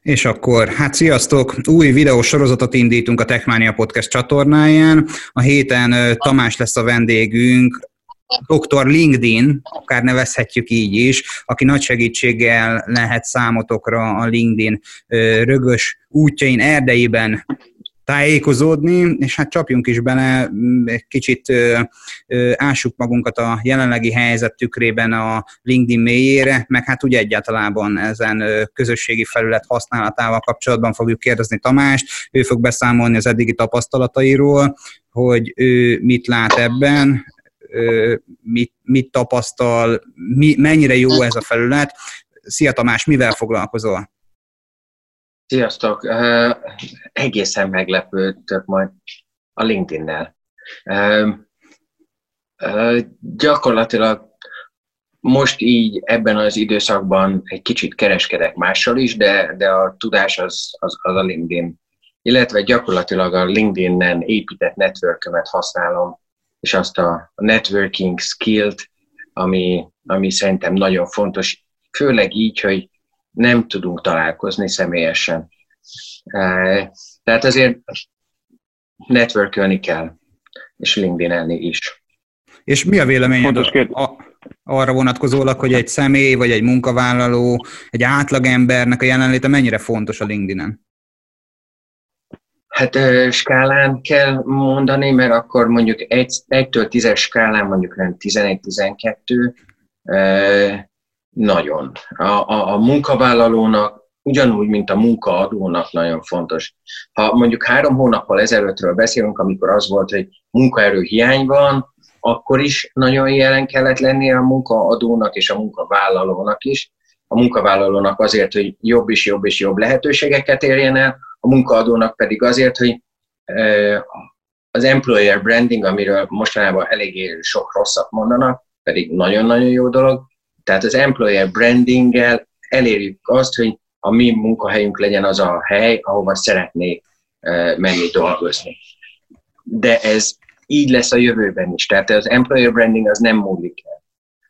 És akkor, hát sziasztok! Új videós sorozatot indítunk a Techmania Podcast csatornáján. A héten Tamás lesz a vendégünk, Dr. LinkedIn, akár nevezhetjük így is, aki nagy segítséggel lehet számotokra a LinkedIn rögös útjain, erdeiben tájékozódni, és hát csapjunk is bele, egy kicsit ássuk magunkat a jelenlegi helyzet tükrében a LinkedIn mélyére, meg hát úgy egyáltalában ezen közösségi felület használatával kapcsolatban fogjuk kérdezni Tamást, ő fog beszámolni az eddigi tapasztalatairól, hogy ő mit lát ebben, mit tapasztal, mennyire jó ez a felület. Szia Tamás, mivel foglalkozol? Sziasztok! Egészen meglepődtök majd a LinkedIn-nel. Gyakorlatilag most így ebben az időszakban egy kicsit kereskedek mással is, de a tudás az a LinkedIn. Illetve gyakorlatilag a LinkedIn-en épített networkömet használom, és azt a networking skillt, ami szerintem nagyon fontos, főleg így, hogy nem tudunk találkozni személyesen. Tehát azért networkölni kell, és LinkedIn-elni is. És mi a véleményed arra vonatkozólag, hogy egy személy, vagy egy munkavállaló, egy átlagembernek a jelenléte mennyire fontos a LinkedIn-en? Hát skálán kell mondani, mert akkor mondjuk 1-től 10-es skálán mondjuk 11-12, nagyon. A munkavállalónak ugyanúgy, mint a munkaadónak nagyon fontos. Ha mondjuk 3 hónappal ezelőttről beszélünk, amikor az volt, hogy munkaerő hiány van, akkor is nagyon jelen kellett lennie a munkaadónak és a munkavállalónak is. A munkavállalónak azért, hogy jobb és jobb és jobb lehetőségeket érjen el, a munkaadónak pedig azért, hogy az employer branding, amiről mostanában eléggé sok rosszat mondanak, pedig nagyon-nagyon jó dolog. Tehát az employer brandinggel elérjük azt, hogy a mi munkahelyünk legyen az a hely, ahova szeretnék menni dolgozni. De ez így lesz a jövőben is. Tehát az employer branding az nem múlik el.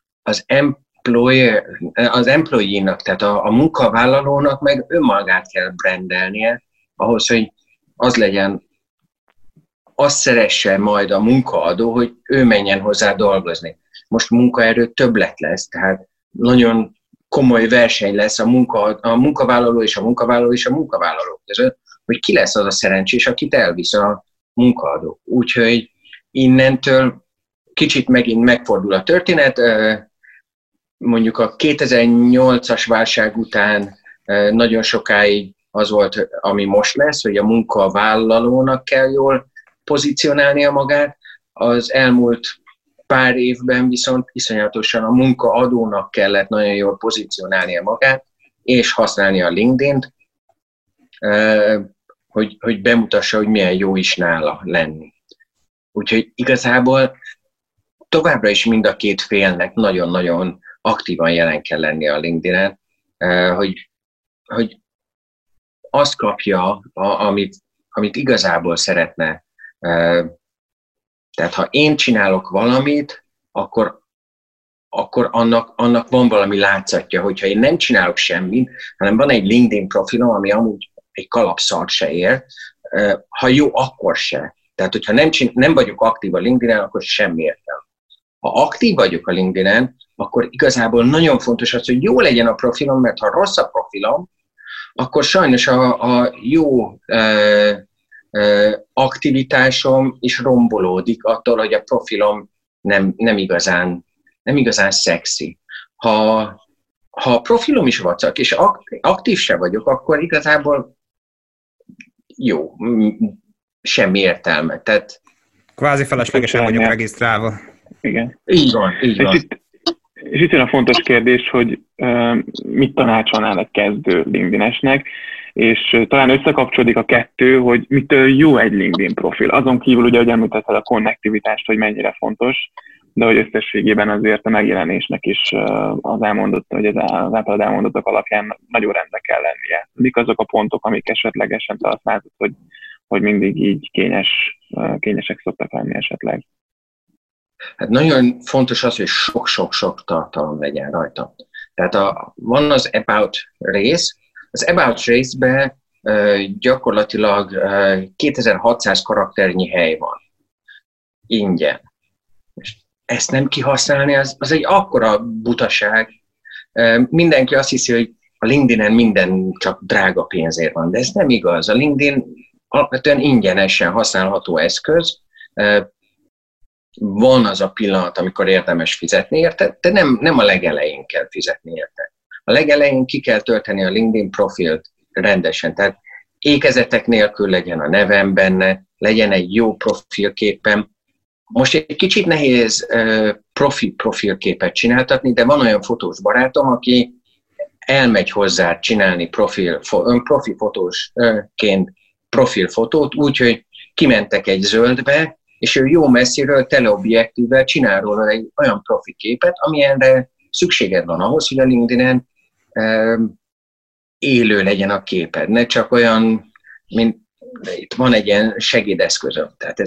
Az employee-nak, tehát a munkavállalónak meg önmagát kell brandelnie, ahhoz, hogy az legyen, azt szeresse majd a munkaadó, hogy ő menjen hozzá dolgozni. Most munkaerő többlet lesz, tehát nagyon komoly verseny lesz a munkavállaló és a munkavállaló és a munkavállalók között, hogy ki lesz az a szerencsés, akit elvisz a munkaadó. Úgyhogy innentől kicsit megint megfordul a történet. Mondjuk a 2008-as válság után nagyon sokáig az volt, ami most lesz, hogy a munkavállalónak kell jól pozícionálnia magát. Az elmúlt pár évben viszont iszonyatosan a munkaadónak kellett nagyon jól pozícionálnia magát, és használni a LinkedIn-t, hogy bemutassa, hogy milyen jó is nála lenni. Úgyhogy igazából továbbra is mind a két félnek nagyon-nagyon aktívan jelen kell lenni a LinkedIn-en, hogy azt kapja, amit igazából szeretne. Tehát ha én csinálok valamit, akkor annak van valami látszatja, hogyha én nem csinálok semmit, hanem van egy LinkedIn profilom, ami amúgy egy kalapszart se ér, ha jó, akkor se. Tehát, hogyha nem vagyok aktív a LinkedIn-en, akkor semmi értelme. Ha aktív vagyok a LinkedIn-en, akkor igazából nagyon fontos az, hogy jó legyen a profilom, mert ha rossz a profilom, akkor sajnos a jó aktivitásom is rombolódik attól, hogy a profilom nem igazán szexi. Ha a profilom is vacak, és aktív se vagyok, akkor igazából jó, semmi értelme. Tehát kvázi feleslegesen vagyok regisztrálva. Igen. Így van. És itt jön a fontos kérdés, hogy mit tanácsolnál egy kezdő LinkedIn-esnek, és talán összekapcsolódik a kettő, hogy mitől jó egy LinkedIn profil. Azon kívül ugye, hogy említetted a konnektivitást, hogy mennyire fontos, de hogy összességében azért a megjelenésnek is az általad elmondottak alapján nagyon rendbe kell lennie. Mik azok a pontok, amik esetlegesen találkozol, hogy mindig így kényesek szoktak lenni esetleg? Hát nagyon fontos az, hogy sok-sok-sok tartalom legyen rajta. Tehát van az About rész, Az About részben gyakorlatilag 2600 karakternyi hely van. Ingyen. És ezt nem kihasználni, az egy akkora butaság. Mindenki azt hiszi, hogy a LinkedIn-en minden csak drága pénzért van, de ez nem igaz. A LinkedIn alapvetően ingyenesen használható eszköz. Van az a pillanat, amikor érdemes fizetni érte, de nem a legelején kell fizetni érte. A legelején ki kell tölteni a LinkedIn profilt rendesen, tehát ékezetek nélkül legyen a nevem benne, legyen egy jó profilképem. Most egy kicsit nehéz profilképet csináltatni, de van olyan fotós barátom, aki elmegy hozzá csinálni profifotósként profilfotót, úgyhogy kimentek egy zöldbe, és ő jó messziről teleobjektívvel csinál róla egy olyan profilképet, amilyenre szükséged van ahhoz, hogy a LinkedIn-en élő legyen a képed, ne csak olyan, mint itt van egy ilyen segédeszközöm, tehát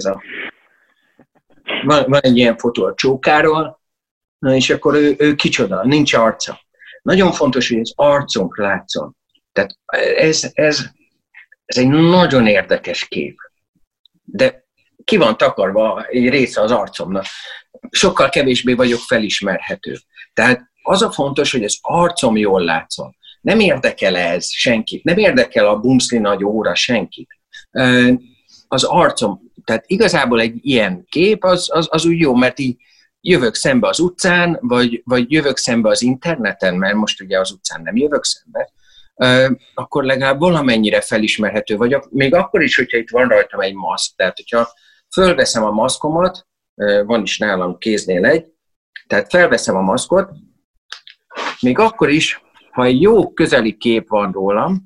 van egy ilyen fotó a csókáról, és akkor ő kicsoda, nincs arca. Nagyon fontos, hogy az arcunk látszon. Tehát ez egy nagyon érdekes kép. De ki van takarva egy része az arcomnak. Sokkal kevésbé vagyok felismerhető. Tehát az a fontos, hogy az arcom jól látszon. Nem érdekel ez senkit, nem érdekel a bumszli nagy óra senkit. Az arcom, tehát igazából egy ilyen kép az úgy jó, mert így jövök szembe az utcán, vagy jövök szembe az interneten, mert most ugye az utcán nem jövök szembe, akkor legalább valamennyire felismerhető vagyok, még akkor is, hogyha itt van rajtam egy maszk. Tehát, hogyha fölveszem a maszkomat, van is nálam kéznél egy, tehát felveszem a maszkot, még akkor is, ha egy jó közeli kép van rólam,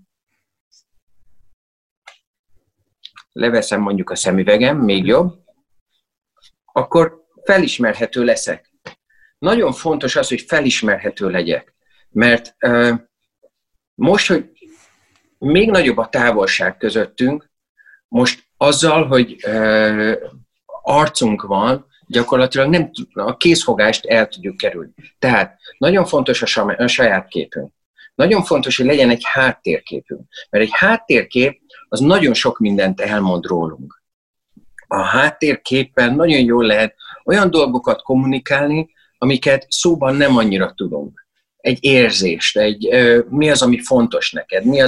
leveszem mondjuk a szemüvegem, még jobb, akkor felismerhető leszek. Nagyon fontos az, hogy felismerhető legyek, mert most, hogy még nagyobb a távolság közöttünk, most azzal, hogy arcunk van, gyakorlatilag nem a készfogást el tudjuk kerülni. Tehát nagyon fontos a saját képünk. Nagyon fontos, hogy legyen egy háttérképünk. Mert egy háttérkép az nagyon sok mindent elmond rólunk. A háttérképpen nagyon jól lehet olyan dolgokat kommunikálni, amiket szóban nem annyira tudunk. Egy érzést, mi az, ami fontos neked, mi az,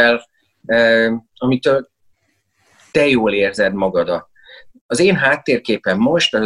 amitől te jól érzed magadat. Az én háttérképen most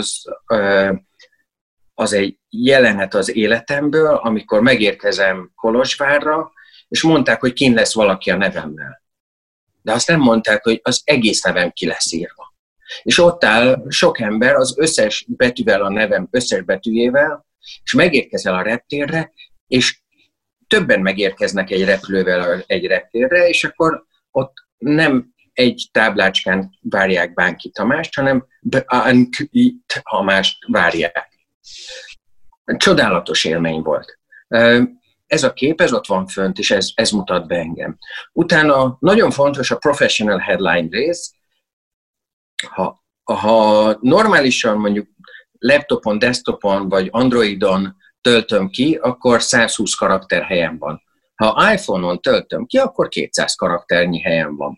az egy jelenet az életemből, amikor megérkezem Kolozsvárra, és mondták, hogy kint lesz valaki a nevemmel. De azt nem mondták, hogy az egész nevem ki lesz írva. És ott áll sok ember az összes betűvel, a nevem összes betűjével, és megérkezel a reptérre, és többen megérkeznek egy repülővel egy reptérre, és akkor ott nem egy táblácskán várják Bánki Tamást, hanem Bánki Tamást várják. Csodálatos élmény volt. Ez a kép, ez ott van fönt, és ez mutat be engem. Utána nagyon fontos a professional headline rész. Ha normálisan mondjuk laptopon, desktopon vagy Androidon töltöm ki, akkor 120 karakter helyen van. Ha iPhone-on töltöm ki, akkor 200 karakternyi helyen van.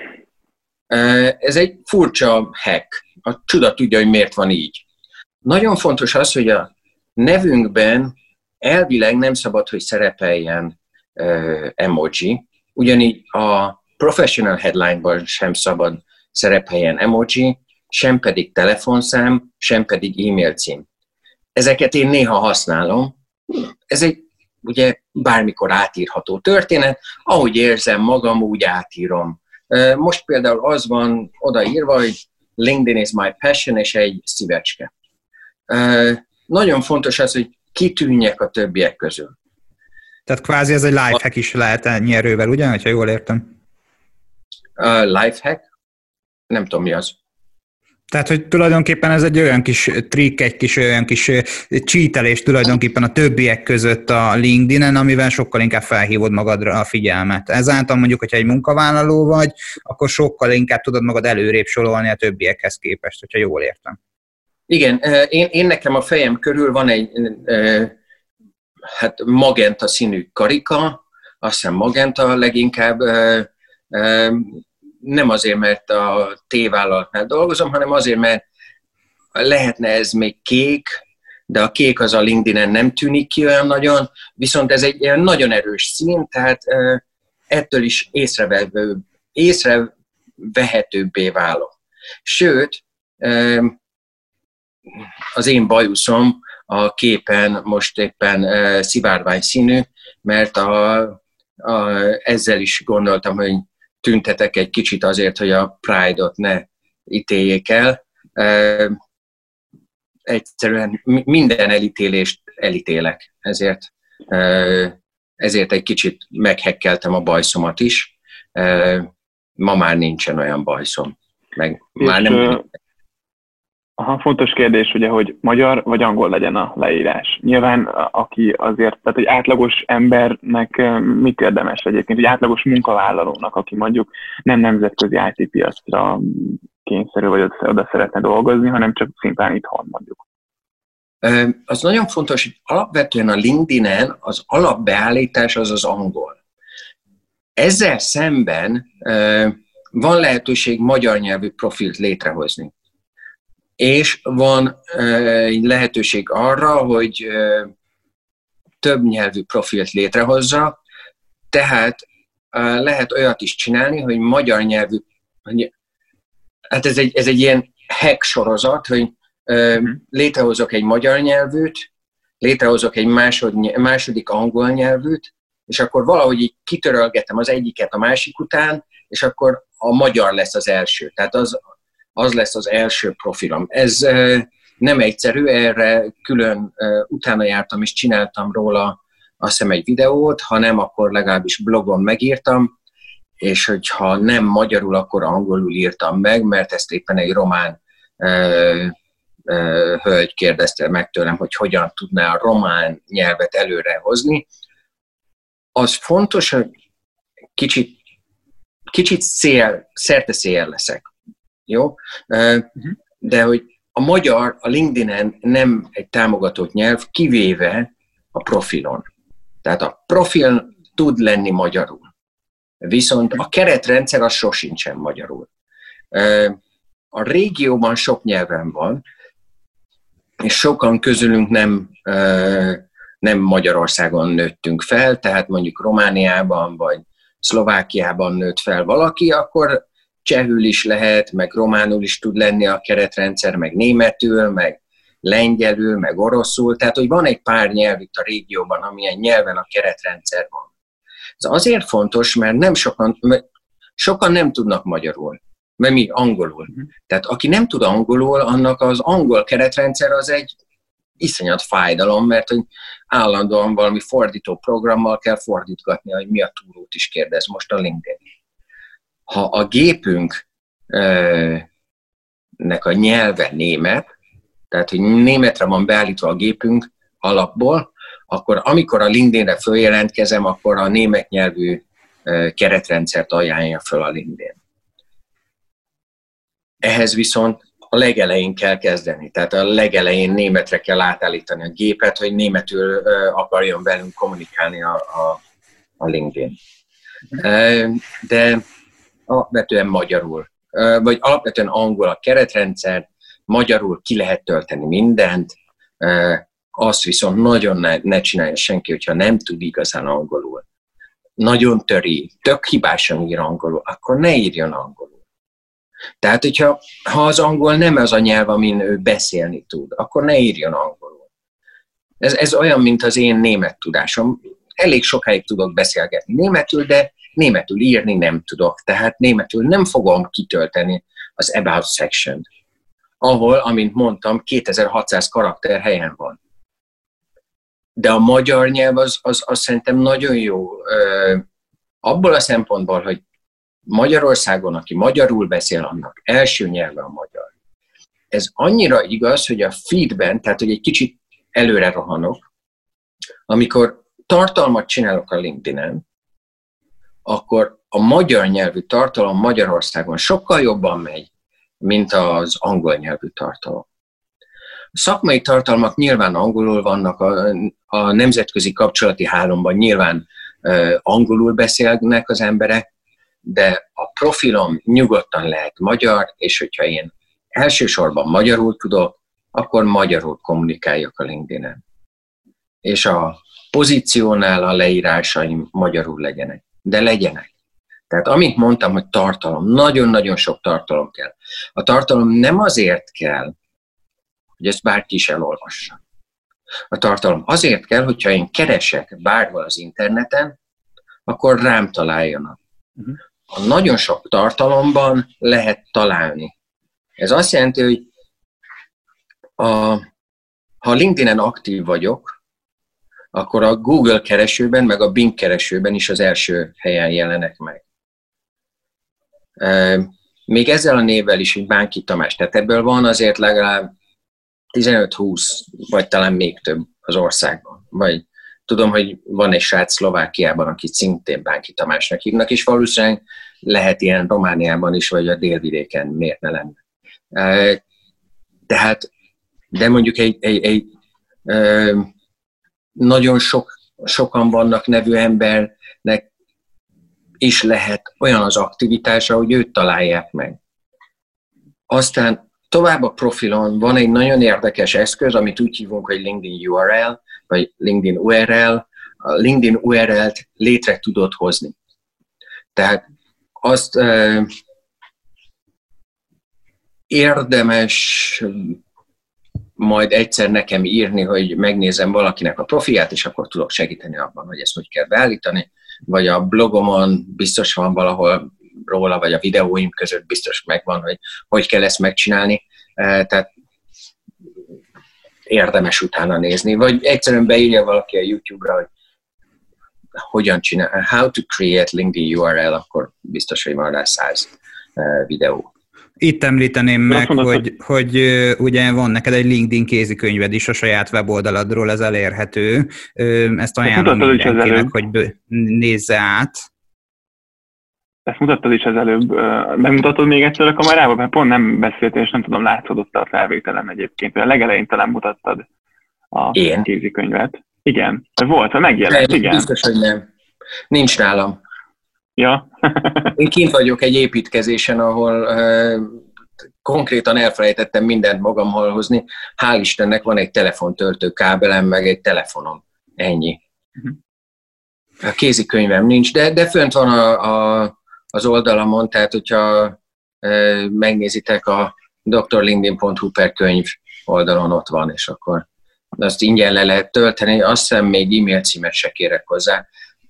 Ez egy furcsa hack. A csuda tudja, hogy miért van így. Nagyon fontos az, hogy a nevünkben elvileg nem szabad, hogy szerepeljen emoji, ugyanígy a professional headline-ban sem szabad szerepeljen emoji, sem pedig telefonszám, sem pedig e-mail cím. Ezeket én néha használom. Ez egy ugye bármikor átírható történet, ahogy érzem magam, úgy átírom. Most például az van odaírva, hogy LinkedIn is my passion, és egy szívecske. Nagyon fontos az, hogy kitűnjek a többiek közül. Tehát kvázi ez egy lifehack is lehet ennyi erővel, ugye? Ha jól értem. Lifehack? Nem tudom, mi az. Tehát, hogy tulajdonképpen ez egy olyan kis trikk, egy kis olyan kis cheatelés tulajdonképpen a többiek között a LinkedIn-en, amivel sokkal inkább felhívod magadra a figyelmet. Ezáltal mondjuk, hogyha egy munkavállaló vagy, akkor sokkal inkább tudod magad előrébb sorolni a többiekhez képest, hogyha jól értem. Igen, én nekem a fejem körül van egy magenta színű karika, azt hiszem Magenta leginkább, nem azért, mert a T-vállalatnál dolgozom, hanem azért, mert lehetne ez még kék, de a kék az a LinkedIn-en nem tűnik ki olyan nagyon, viszont ez egy ilyen nagyon erős szín, tehát ettől is észrevehetőbbé válok. Sőt, az én bajuszom a képen most éppen szivárvány színű, mert ezzel is gondoltam, hogy tüntetek egy kicsit azért, hogy a Pride-ot ne ítéljék el. Egyszerűen minden elítélést elítélek, ezért egy kicsit meghekkeltem a bajszomat is. Ma már nincsen olyan bajszom. Már nem... Fontos kérdés, ugye, hogy magyar vagy angol legyen a leírás. Nyilván, aki azért, tehát egy átlagos embernek mit érdemes egyébként, egy átlagos munkavállalónak, aki mondjuk nem nemzetközi IT piacra kényszerül, vagy oda szeretne dolgozni, hanem csak szimplán itthon mondjuk. Az nagyon fontos, hogy alapvetően a LinkedIn-en az alapbeállítás az angol. Ezzel szemben van lehetőség magyar nyelvű profilt létrehozni. És van lehetőség arra, hogy több nyelvű profilt létrehozza, tehát lehet olyat is csinálni, hogy magyar nyelvű, hát ez egy ilyen hack sorozat, hogy létrehozok egy magyar nyelvűt, létrehozok egy második angol nyelvűt, és akkor valahogy így kitörölgetem az egyiket a másik után, és akkor a magyar lesz az első. Tehát az lesz az első profilom. Ez nem egyszerű, erre külön utána jártam és csináltam róla azt hiszem egy videót, ha nem, akkor legalábbis blogon megírtam, és hogyha nem magyarul, akkor angolul írtam meg, mert ezt éppen egy román hölgy kérdezte meg tőlem, hogy hogyan tudná a román nyelvet előre hozni. Az fontos, hogy kicsit szerte leszek. Jó? De hogy a magyar a LinkedIn-en nem egy támogatott nyelv, kivéve a profilon. Tehát a profil tud lenni magyarul. Viszont a keretrendszer az sosincsen magyarul. A régióban sok nyelven van, és sokan közülünk nem Magyarországon nőttünk fel, tehát mondjuk Romániában vagy Szlovákiában nőtt fel valaki, akkor csehül is lehet, meg románul is tud lenni a keretrendszer, meg németül, meg lengyelül, meg oroszul. Tehát, hogy van egy pár nyelv itt a régióban, amilyen nyelven a keretrendszer van. Ez azért fontos, mert sokan nem tudnak magyarul, mert mi angolul. Tehát aki nem tud angolul, annak az angol keretrendszer az egy iszonyat fájdalom, mert hogy állandóan valami fordító programmal kell fordítgatni, hogy mi a túrót is kérdez most a LinkedIn. Ha a gépünknek a nyelve német, tehát hogy németre van beállítva a gépünk alapból, akkor amikor a LinkedInre följelentkezem, akkor a német nyelvű keretrendszert ajánlja föl a LinkedIn. Ehhez viszont a legelején kell kezdeni, tehát a legelején németre kell átállítani a gépet, hogy németül akarjon velünk kommunikálni a LinkedIn. De alapvetően magyarul, vagy alapvetően angol a keretrendszer, magyarul ki lehet tölteni mindent, azt viszont nagyon ne csinálja senki, hogyha nem tud igazán angolul. Nagyon töri, tök hibásan ír angolul, akkor ne írjon angolul. Tehát, hogyha az angol nem az a nyelv, amin ő beszélni tud, akkor ne írjon angolul. Ez olyan, mint az én német tudásom. Elég sokáig tudok beszélgetni németül, de németül írni nem tudok. Tehát németül nem fogom kitölteni az About section, ahol, amint mondtam, 2600 karakter helyen van. De a magyar nyelv az szerintem nagyon jó abból a szempontból, hogy Magyarországon, aki magyarul beszél, annak első nyelve a magyar. Ez annyira igaz, hogy a feedben, tehát hogy egy kicsit előre rohanok, amikor tartalmat csinálok a LinkedIn-en, akkor a magyar nyelvű tartalom Magyarországon sokkal jobban megy, mint az angol nyelvű tartalom. A szakmai tartalmak nyilván angolul vannak, a nemzetközi kapcsolati hálomban nyilván angolul beszélnek az emberek, de a profilom nyugodtan lehet magyar, és hogyha én elsősorban magyarul tudok, akkor magyarul kommunikáljak a LinkedIn-en. És a pozíciónál a leírásaim magyarul legyenek, de legyenek. Tehát amint mondtam, hogy tartalom, nagyon-nagyon sok tartalom kell. A tartalom nem azért kell, hogy ezt bárki is elolvassa. A tartalom azért kell, hogyha én keresek bárhol az interneten, akkor rám találjanak. A nagyon sok tartalomban lehet találni. Ez azt jelenti, hogy ha LinkedIn-en aktív vagyok, akkor a Google keresőben, meg a Bing keresőben is az első helyen jelenek meg. Még ezzel a névvel is, hogy Bánki Tamás. Tehát ebből van azért legalább 15-20, vagy talán még több az országban. Vagy tudom, hogy van egy srác Szlovákiában, akit szintén Bánki Tamásnak hívnak, és valószínűleg lehet ilyen Romániában is, vagy a délvidéken, miért ne lenne. Tehát, de mondjuk egy nagyon sokan vannak nevű embernek is lehet olyan az aktivitása, hogy őt találják meg. Aztán tovább a profilon van egy nagyon érdekes eszköz, amit úgy hívunk, hogy LinkedIn URL, vagy LinkedIn URL. A LinkedIn URL-t létre tudod hozni. Tehát azt érdemes majd egyszer nekem írni, hogy megnézem valakinek a profilját, és akkor tudok segíteni abban, hogy ezt hogy kell beállítani, vagy a blogomon biztos van valahol róla, vagy a videóim között biztos megvan, hogy kell ezt megcsinálni. Tehát érdemes utána nézni, vagy egyszerűen beírja valaki a YouTube-ra, hogy hogyan csinál, how to create LinkedIn URL, akkor biztos, hogy van rá 100 videó. Itt említeném meg, hogy ugye van neked egy LinkedIn kézikönyved is a saját weboldaladról, ez elérhető. Ezt ajánlom mindenkinek, hogy nézze át. Ezt mutattad is az előbb. Megmutatod még egyszer a kamerába? Mert pont nem beszéltél, és nem tudom, látszódott a felvételen egyébként. A legelején talán mutattad a kézikönyvet. Igen. Volt, megjelent, igen. Biztos, hogy nem. Nincs nálam. Ja. Én kint vagyok egy építkezésen, ahol konkrétan elfelejtettem mindent magammal hozni. Hál' Istennek van egy telefontöltő kábelem, meg egy telefonom. Ennyi. A kézikönyvem nincs, de fönt van az oldalamon, tehát hogyha megnézitek a drlingdin.hu/könyv oldalon, ott van, és akkor azt ingyen le lehet tölteni. Azt hiszem, még e-mail címet se kérek hozzá.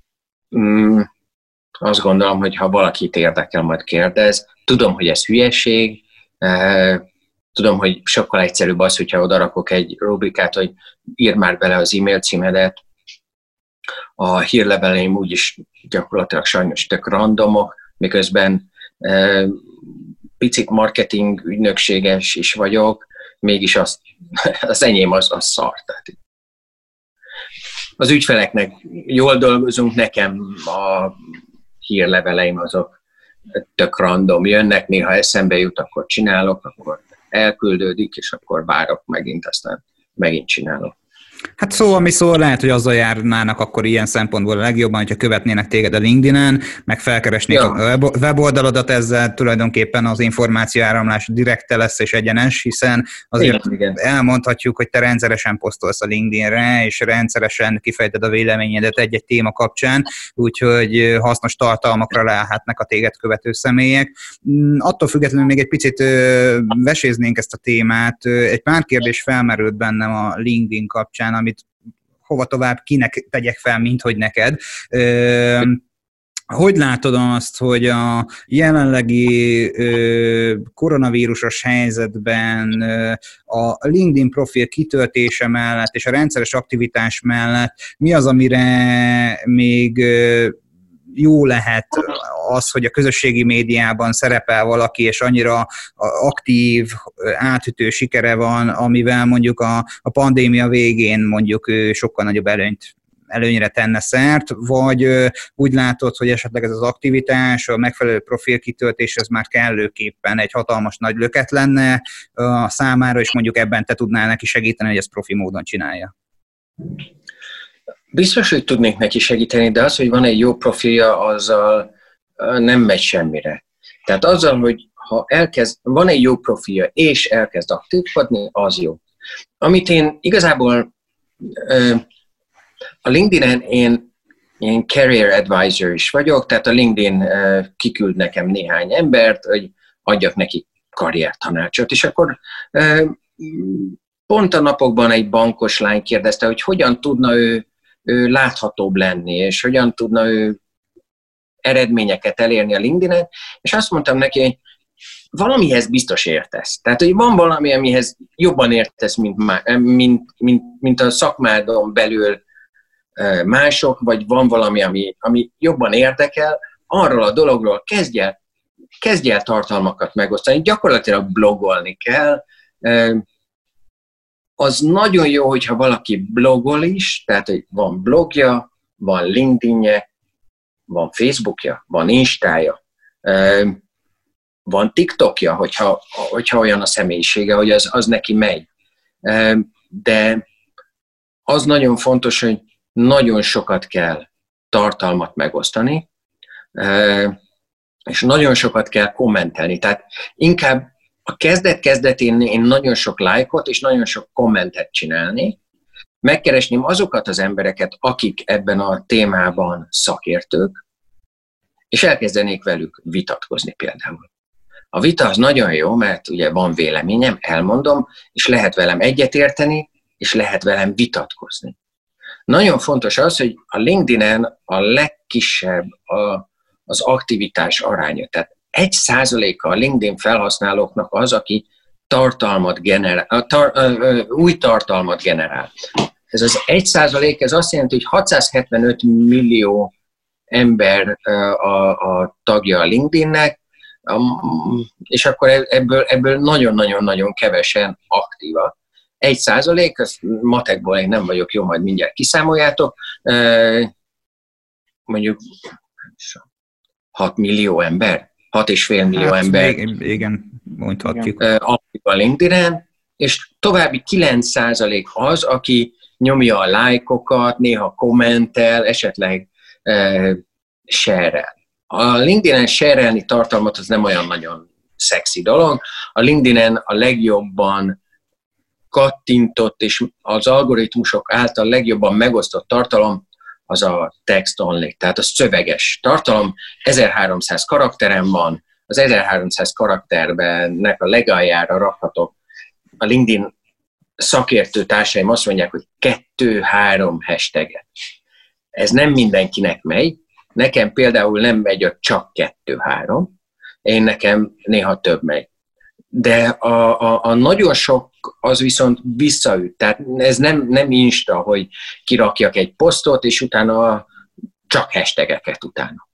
Azt gondolom, hogy ha valakit érdekel, majd kérdez. Tudom, hogy ez hülyeség, tudom, hogy sokkal egyszerűbb az, hogyha odarakok egy rubrikát, hogy írd már bele az e-mail címedet. A hírleveleim úgyis gyakorlatilag sajnos tök randomok, miközben picit marketing ügynökséges is vagyok, mégis az enyém az szar. Tehát az ügyfeleknek jól dolgozunk, nekem a hírleveleim azok tök random jönnek, néha eszembe jut, akkor csinálok, akkor elküldődik, és akkor várok megint, aztán megint csinálok. Hát szó, ami szó, lehet, hogy azzal járnának akkor ilyen szempontból a legjobban, hogyha követnének téged a LinkedIn-en, meg felkeresnék a weboldaladat, ezzel tulajdonképpen az információáramlás direkte lesz és egyenes, hiszen azért igen. Elmondhatjuk, hogy te rendszeresen posztolsz a LinkedIn-re, és rendszeresen kifejted a véleményedet egy-egy téma kapcsán, úgyhogy hasznos tartalmakra lehetnek a téged követő személyek. Attól függetlenül még egy picit veséznénk ezt a témát. Egy pár kérdés felmerült bennem a LinkedIn kapcsán, amit hova tovább kinek tegyek fel, mint hogy neked. Hogy látod azt, hogy a jelenlegi koronavírusos helyzetben a LinkedIn profil kitöltése mellett és a rendszeres aktivitás mellett mi az, amire még jó lehet az, hogy a közösségi médiában szerepel valaki, és annyira aktív, átütő sikere van, amivel mondjuk a pandémia végén mondjuk sokkal nagyobb előnyre tenne szert, vagy úgy látod, hogy esetleg ez az aktivitás, a megfelelő profil kitöltés, ez már kellőképpen egy hatalmas nagy löket lenne a számára, és mondjuk ebben te tudnál neki segíteni, hogy ezt profi módon csinálja? Biztos, hogy tudnék neki segíteni, de az, hogy van egy jó profilja, azzal nem megy semmire. Tehát azzal, hogy ha van egy jó profilja, és elkezd aktívkodni, az jó. Amit én igazából a LinkedIn-en én career advisor is vagyok, tehát a LinkedIn kiküld nekem néhány embert, hogy adjak neki karriertanácsot, és akkor pont a napokban egy bankos lány kérdezte, hogy hogyan tudna ő láthatóbb lenni, és hogyan tudna ő eredményeket elérni a LinkedIn-en, és azt mondtam neki, hogy valamihez biztos értesz. Tehát, hogy van valami, amihez jobban értesz, mint a szakmádon belül mások, vagy van valami, ami jobban érdekel, arról a dologról kezdj el tartalmakat megosztani. Gyakorlatilag blogolni kell. Az nagyon jó, hogyha valaki blogol is, tehát, hogy van blogja, van LinkedInje, van Facebookja, van Instája, van TikTokja, hogyha olyan a személyisége, hogy az neki megy. De az nagyon fontos, hogy nagyon sokat kell tartalmat megosztani, és nagyon sokat kell kommentelni. Tehát inkább a kezdet-kezdetén én nagyon sok lájkot és nagyon sok kommentet csinálni, megkeresném azokat az embereket, akik ebben a témában szakértők, és elkezdenék velük vitatkozni például. A vita az nagyon jó, mert ugye van véleményem, elmondom, és lehet velem egyetérteni, és lehet velem vitatkozni. Nagyon fontos az, hogy a LinkedIn-en a legkisebb az aktivitás aránya. Tehát 1%-a a LinkedIn felhasználóknak az, aki új tartalmat generál. Ez az 1%, ez azt jelenti, hogy 675 millió ember a tagja a LinkedInnek, és akkor ebből nagyon-nagyon-nagyon kevesen aktívak. 1%, ez matekból én nem vagyok jó, majd mindjárt kiszámoljátok, mondjuk 6 millió ember, 6,5 millió ember. Igen, mondhatjuk. Aktív a LinkedIn-en, és további 9% az, aki nyomja a lájkokat, néha kommentel, esetleg share-el. A LinkedIn-en share-elni tartalmat az nem olyan nagyon szexi dolog. A LinkedIn-en a legjobban kattintott és az algoritmusok által legjobban megosztott tartalom az a text only, tehát a szöveges tartalom. 1300 karakterem van, az 1300 karakterbennek a legaljára rakhatok. A LinkedIn szakértő társaim azt mondják, hogy 2-3 hashtaget. Ez nem mindenkinek megy. Nekem például nem megy a csak 2-3, nekem néha több megy. De a nagyon sok az viszont visszaüt. Tehát ez nem Insta, hogy kirakjak egy posztot, és utána csak hashtageket utána.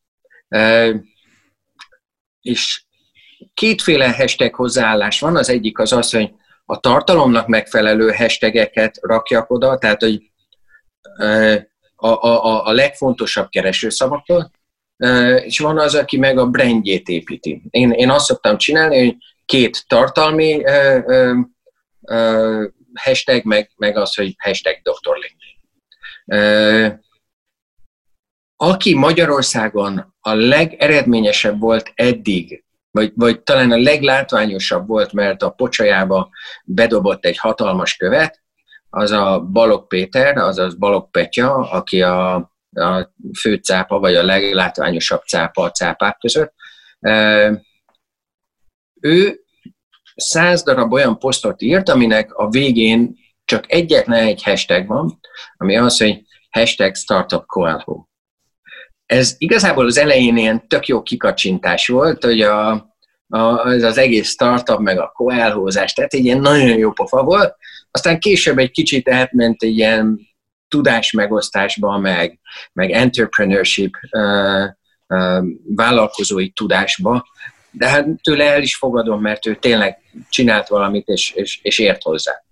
És kétféle hashtag hozzáállás van. Az egyik az, hogy a tartalomnak megfelelő hashtageket rakjak oda, tehát hogy a legfontosabb keresőszavakat, és van az, aki meg a brandjét építi. Én azt szoktam csinálni, hogy 2 tartalmi hashtag, meg az, hogy hashtag Dr. LinkedIn. Aki Magyarországon a legeredményesebb volt eddig, vagy talán a leglátványosabb volt, mert a pocsajába bedobott egy hatalmas követ, az a Balogh Péter, azaz Balogh Petya, aki a főcápa, vagy a leglátványosabb cápa a cápák között. Ő 100 darab olyan posztot írt, aminek a végén csak egyetlen egy hashtag van, ami az, hogy hashtag Startup Coelho. Ez igazából az elején ilyen tök jó kikacsintás volt, hogy az egész startup, meg a coelhozás, tehát egy ilyen nagyon jó pofa volt. Aztán később egy kicsit átment egy ilyen tudásmegosztásba, meg entrepreneurship, vállalkozói tudásba, de hát tőle el is fogadom, mert ő tényleg csinált valamit, és ért hozzá.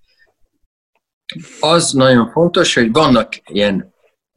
Az nagyon fontos, hogy vannak ilyen,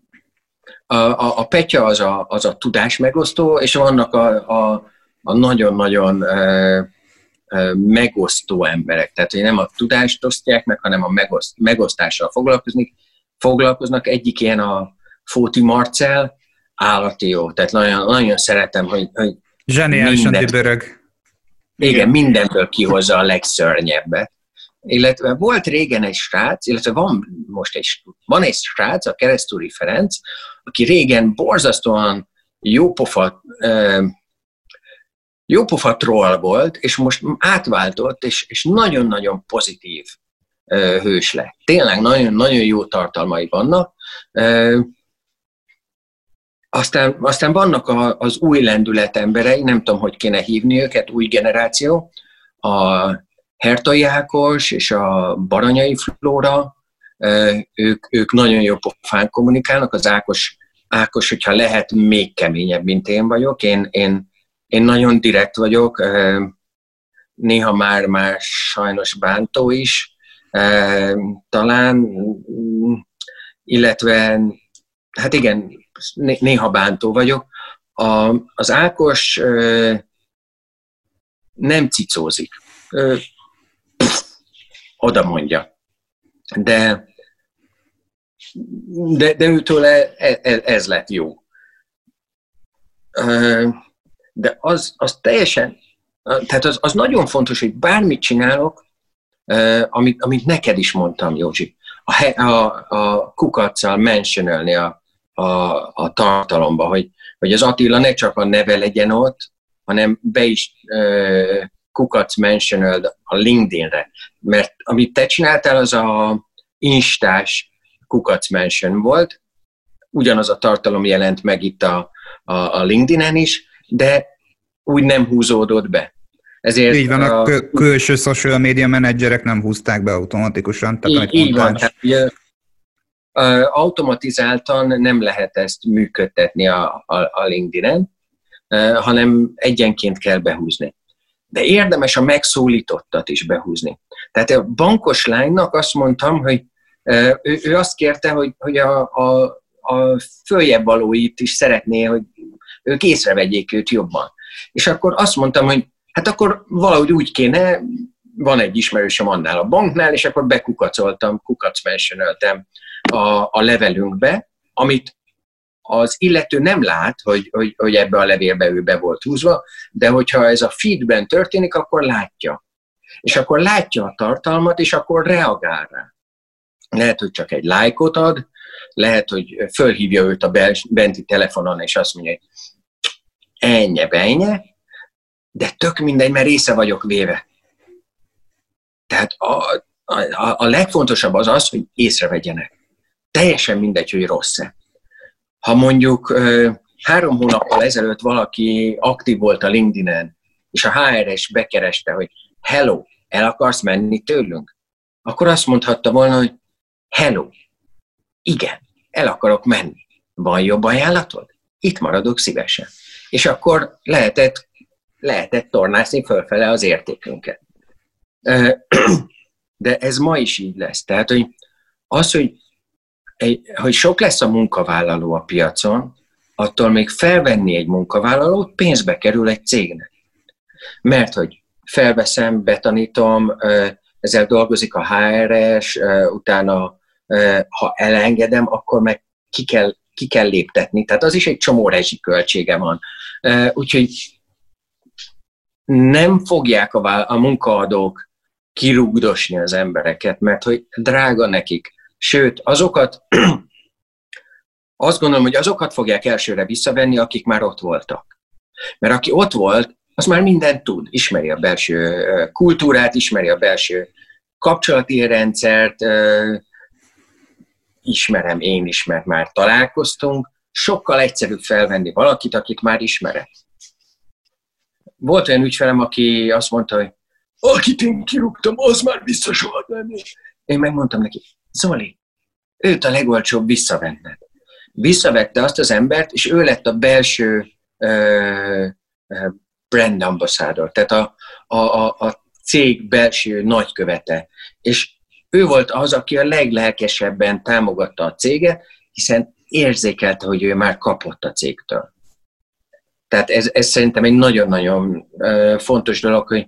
a Petya az a tudásmegosztó, és vannak a nagyon-nagyon megosztó emberek. Tehát, hogy nem a tudást osztják meg, hanem a megosztással foglalkoznak. Egyik ilyen Fóti Marcell, állati jó. Tehát nagyon, nagyon szeretem, hogy zseniálisan dübörög. Igen, mindenből kihozza a legszörnyebbet. Illetve volt régen egy srác, illetve van egy srác, a Keresztúri Ferenc, aki régen borzasztóan jópofa troll volt, és most átváltott, és nagyon-nagyon pozitív hős lett. Tényleg nagyon jó tartalmai vannak. Aztán vannak az új lendület emberei, nem tudom, hogy kéne hívni őket, új generáció, a Hertai Ákos és a Baranyai Flóra, ők nagyon jó pofán kommunikálnak, az Ákos, hogyha lehet, még keményebb, mint én vagyok, én nagyon direkt vagyok, néha már sajnos bántó is, talán, illetve, hát igen, néha bántó vagyok. Az Ákos nem cicózik. Oda mondja. De őtől ez lett jó. De az teljesen, tehát az nagyon fontos, hogy bármit csinálok, amit neked is mondtam, Józsi, a kukaccal mentionölni a tartalomba, hogy az Attila ne csak a neve legyen ott, hanem be is kukac mentionöld a LinkedInre. Mert amit te csináltál, az a instás kukac mention volt, ugyanaz a tartalom jelent meg itt a LinkedIn-en is, de úgy nem húzódott be. Ezért így van, a külső social media menedzserek nem húzták be automatikusan. Tehát így van, tehát ugye, automatizáltan nem lehet ezt működtetni a LinkedIn-en, hanem egyenként kell behúzni. De érdemes a megszólítottat is behúzni. Tehát a bankos lánynak azt mondtam, hogy ő azt kérte, hogy a följebb valóit is szeretné, hogy ők észrevegyék őt jobban. És akkor azt mondtam, hogy hát akkor valahogy úgy kéne, van egy ismerősöm annál a banknál, és akkor kukacmentionöltem a levelünkbe, amit az illető nem lát, hogy ebbe a levélbe ő be volt húzva, de hogyha ez a feedben történik, akkor látja. És akkor látja a tartalmat, és akkor reagál rá. Lehet, hogy csak egy lájkot ad, lehet, hogy fölhívja őt a benti telefonon, és azt mondja, hogy ennyi, de tök mindegy, mert része vagyok véve. Tehát a legfontosabb az, hogy észrevegyenek. Teljesen mindegy, hogy rossz-e. Ha mondjuk 3 hónappal ezelőtt valaki aktív volt a LinkedIn-en, és a HRS bekereste, hogy hello, el akarsz menni tőlünk? Akkor azt mondhatta volna, hogy hello, igen, el akarok menni. Van jobb ajánlatod? Itt maradok szívesen. És akkor lehetett tornászni fölfele az értékünket. De ez ma is így lesz. Tehát, hogy sok lesz a munkavállaló a piacon, attól még felvenni egy munkavállalót pénzbe kerül egy cégnek. Mert hogy felveszem, betanítom, ezzel dolgozik a HRS, utána ha elengedem, akkor meg ki kell léptetni. Tehát az is egy csomó rezsiköltsége van. Úgyhogy nem fogják a munkaadók kirúgdosni az embereket, mert hogy drága nekik. Sőt, azt gondolom, hogy azokat fogják elsőre visszavenni, akik már ott voltak. Mert aki ott volt, az már mindent tud. Ismeri a belső kultúrát, ismeri a belső kapcsolati rendszert, ismerem én is, mert már találkoztunk. Sokkal egyszerűbb felvenni valakit, akit már ismerek. Volt olyan ügyfelem, aki azt mondta, hogy akit én kirúgtam, az már vissza soha nem. Én megmondtam neki, Zoli, őt a legolcsóbb visszavenned. Visszavette azt az embert, és ő lett a belső brand ambassador, tehát a cég belső nagykövete. És ő volt az, aki a leglelkesebben támogatta a céget, hiszen érzékelte, hogy ő már kapott a cégtől. Tehát ez szerintem egy nagyon-nagyon fontos dolog, hogy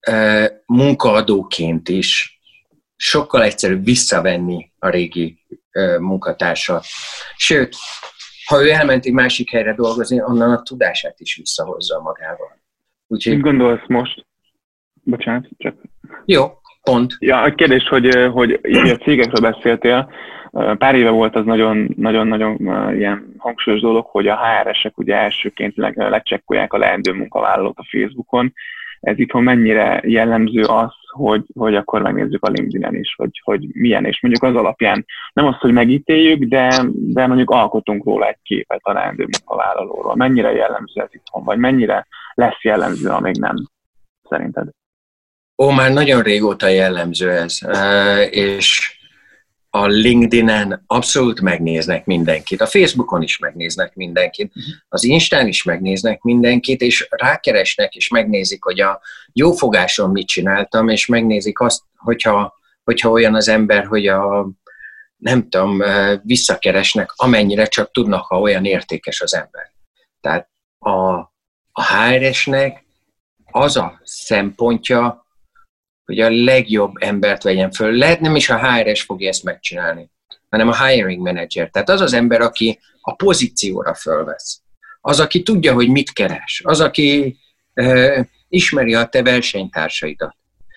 munkaadóként is sokkal egyszerűbb visszavenni a régi munkatársa. Sőt, ha ő elment egy másik helyre dolgozni, onnan a tudását is visszahozza magával. Úgyhogy... Mit gondolsz most? Bocsánat, csak... Jó, pont. Ja, a kérdés, hogy így a cégekről beszéltél, pár éve volt az nagyon ilyen hangsúlyos dolog, hogy a HR-esek ugye elsőként lecsekkolják a leendő munkavállalót a Facebookon. Ez itthon mennyire jellemző az, hogy akkor megnézzük a LinkedIn-en is, hogy milyen, és mondjuk az alapján nem azt, hogy megítéljük, de mondjuk alkotunk róla egy képet a leendő munkavállalóról. Mennyire jellemző ez itthon, vagy mennyire lesz jellemző, amíg nem, szerinted? Már nagyon régóta jellemző ez, és a LinkedIn-en abszolút megnéznek mindenkit, a Facebookon is megnéznek mindenkit, az Instán is megnéznek mindenkit, és rákeresnek, és megnézik, hogy a jófogáson mit csináltam, és megnézik azt, hogyha olyan az ember, hogy nem tudom, visszakeresnek, amennyire csak tudnak, ha olyan értékes az ember. Tehát a HR-esnek az a szempontja, hogy a legjobb embert vegyen föl. Lehet nem is a HR-es fogja ezt megcsinálni, hanem a hiring manager. Tehát az az ember, aki a pozícióra fölvesz. Az, aki tudja, hogy mit keres. Az, aki ismeri a te versenytársaidat.